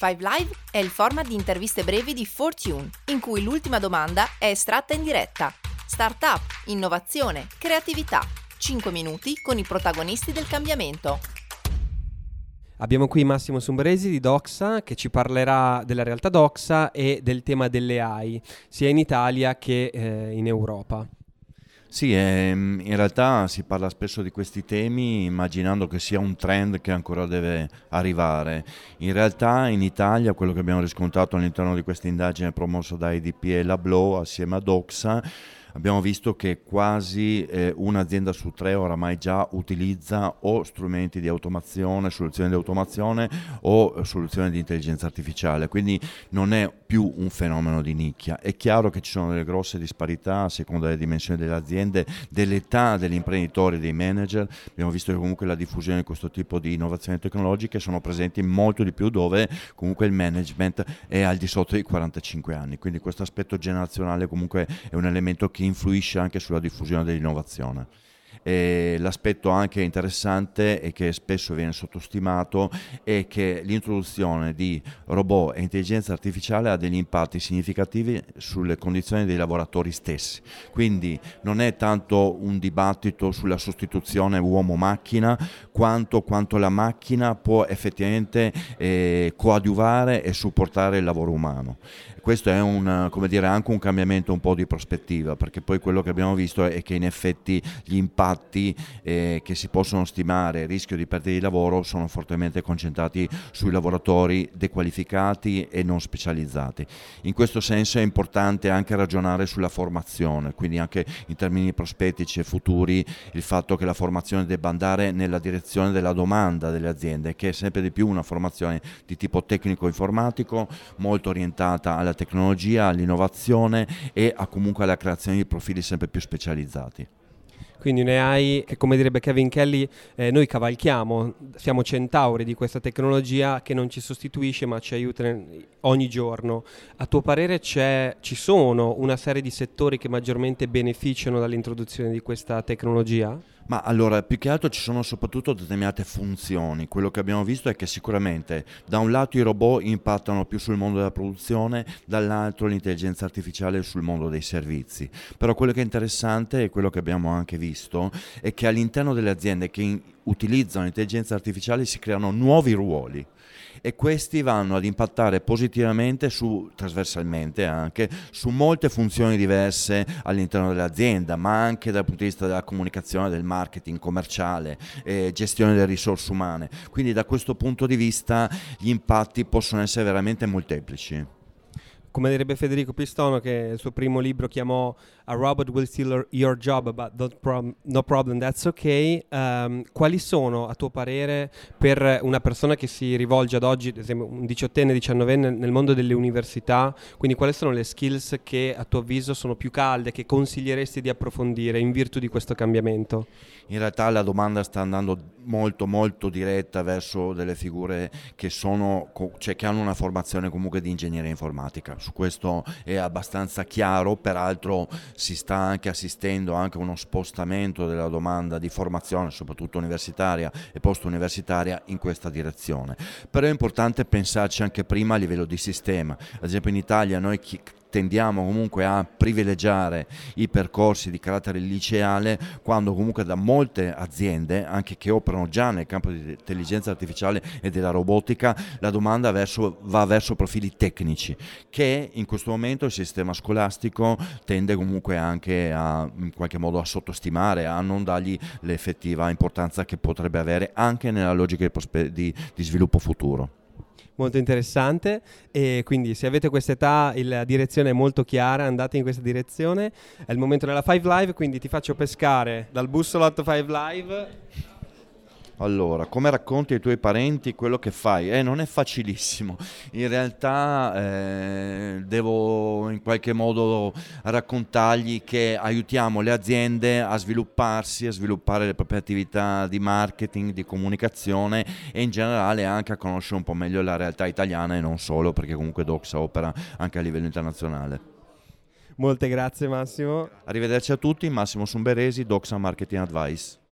Five Live è il format di interviste brevi di Fortune, in cui l'ultima domanda è estratta in diretta. Startup, innovazione, creatività. 5 minuti con i protagonisti del cambiamento. Abbiamo qui Massimo Sumberesi di Doxa che ci parlerà della realtà Doxa e del tema delle AI, sia in Italia che in Europa. Sì, in realtà si parla spesso di questi temi immaginando che sia un trend che ancora deve arrivare. In realtà in Italia quello che abbiamo riscontrato all'interno di questa indagine promossa da IDP e Lablo assieme a Doxa, abbiamo visto che quasi un'azienda su 3 oramai già utilizza o strumenti di automazione, soluzioni di automazione o soluzioni di intelligenza artificiale, quindi non è più un fenomeno di nicchia. È chiaro che ci sono delle grosse disparità a seconda delle dimensioni delle aziende, dell'età degli imprenditori e dei manager. Abbiamo visto che comunque la diffusione di questo tipo di innovazioni tecnologiche sono presenti molto di più dove comunque il management è al di sotto dei 45 anni, quindi questo aspetto generazionale comunque è un elemento che influisce anche sulla diffusione dell'innovazione. E l'aspetto anche interessante e che spesso viene sottostimato è che l'introduzione di robot e intelligenza artificiale ha degli impatti significativi sulle condizioni dei lavoratori stessi, quindi non è tanto un dibattito sulla sostituzione uomo-macchina quanto la macchina può effettivamente coadiuvare e supportare il lavoro umano. Questo è anche un cambiamento un po' di prospettiva, perché poi quello che abbiamo visto è che in effetti gli impatti che si possono stimare, il rischio di perdita di lavoro, sono fortemente concentrati sui lavoratori dequalificati e non specializzati. In questo senso è importante anche ragionare sulla formazione, quindi anche in termini prospettici e futuri il fatto che la formazione debba andare nella direzione della domanda delle aziende, che è sempre di più una formazione di tipo tecnico-informatico, molto orientata alla tecnologia, all'innovazione e comunque alla creazione di profili sempre più specializzati. Quindi un'AI che, come direbbe Kevin Kelly, noi cavalchiamo, siamo centauri di questa tecnologia che non ci sostituisce ma ci aiuta ogni giorno. A tuo parere ci sono una serie di settori che maggiormente beneficiano dall'introduzione di questa tecnologia? Ma allora, più che altro ci sono soprattutto determinate funzioni. Quello che abbiamo visto è che sicuramente da un lato i robot impattano più sul mondo della produzione, dall'altro l'intelligenza artificiale sul mondo dei servizi. Però quello che è interessante e quello che abbiamo anche visto è che all'interno delle aziende che utilizzano l'intelligenza artificiale si creano nuovi ruoli e questi vanno ad impattare positivamente trasversalmente anche su molte funzioni diverse all'interno dell'azienda, ma anche dal punto di vista della comunicazione, del marketing commerciale, gestione delle risorse umane. Quindi da questo punto di vista gli impatti possono essere veramente molteplici. Come direbbe Federico Pistono, che il suo primo libro chiamò A Robot Will Steal Your Job, but no problem, that's okay. Quali sono, a tuo parere, per una persona che si rivolge ad oggi, ad esempio un 18enne, 19enne, nel mondo delle università, quindi quali sono le skills che a tuo avviso sono più calde, che consiglieresti di approfondire in virtù di questo cambiamento? In realtà la domanda sta andando molto molto diretta verso delle figure che che hanno una formazione comunque di ingegneria informatica. Su questo è abbastanza chiaro, peraltro si sta anche assistendo anche a uno spostamento della domanda di formazione, soprattutto universitaria e post-universitaria, in questa direzione. Però è importante pensarci anche prima a livello di sistema. Ad esempio in Italia noi tendiamo comunque a privilegiare i percorsi di carattere liceale, quando comunque da molte aziende, anche che operano già nel campo dell'intelligenza artificiale e della robotica, la domanda va verso profili tecnici, che in questo momento il sistema scolastico tende comunque anche in qualche modo a sottostimare, a non dargli l'effettiva importanza che potrebbe avere anche nella logica di sviluppo futuro. Molto interessante, e quindi se avete questa età la direzione è molto chiara, andate in questa direzione. È il momento della Five Live, quindi ti faccio pescare dal bussolotto Five Live. Allora, come racconti ai tuoi parenti quello che fai? Non è facilissimo, in realtà devo in qualche modo raccontargli che aiutiamo le aziende a svilupparsi, a sviluppare le proprie attività di marketing, di comunicazione e in generale anche a conoscere un po' meglio la realtà italiana e non solo, perché comunque Doxa opera anche a livello internazionale. Molte grazie Massimo. Arrivederci a tutti, Massimo Sumberesi, Doxa Marketing Advice.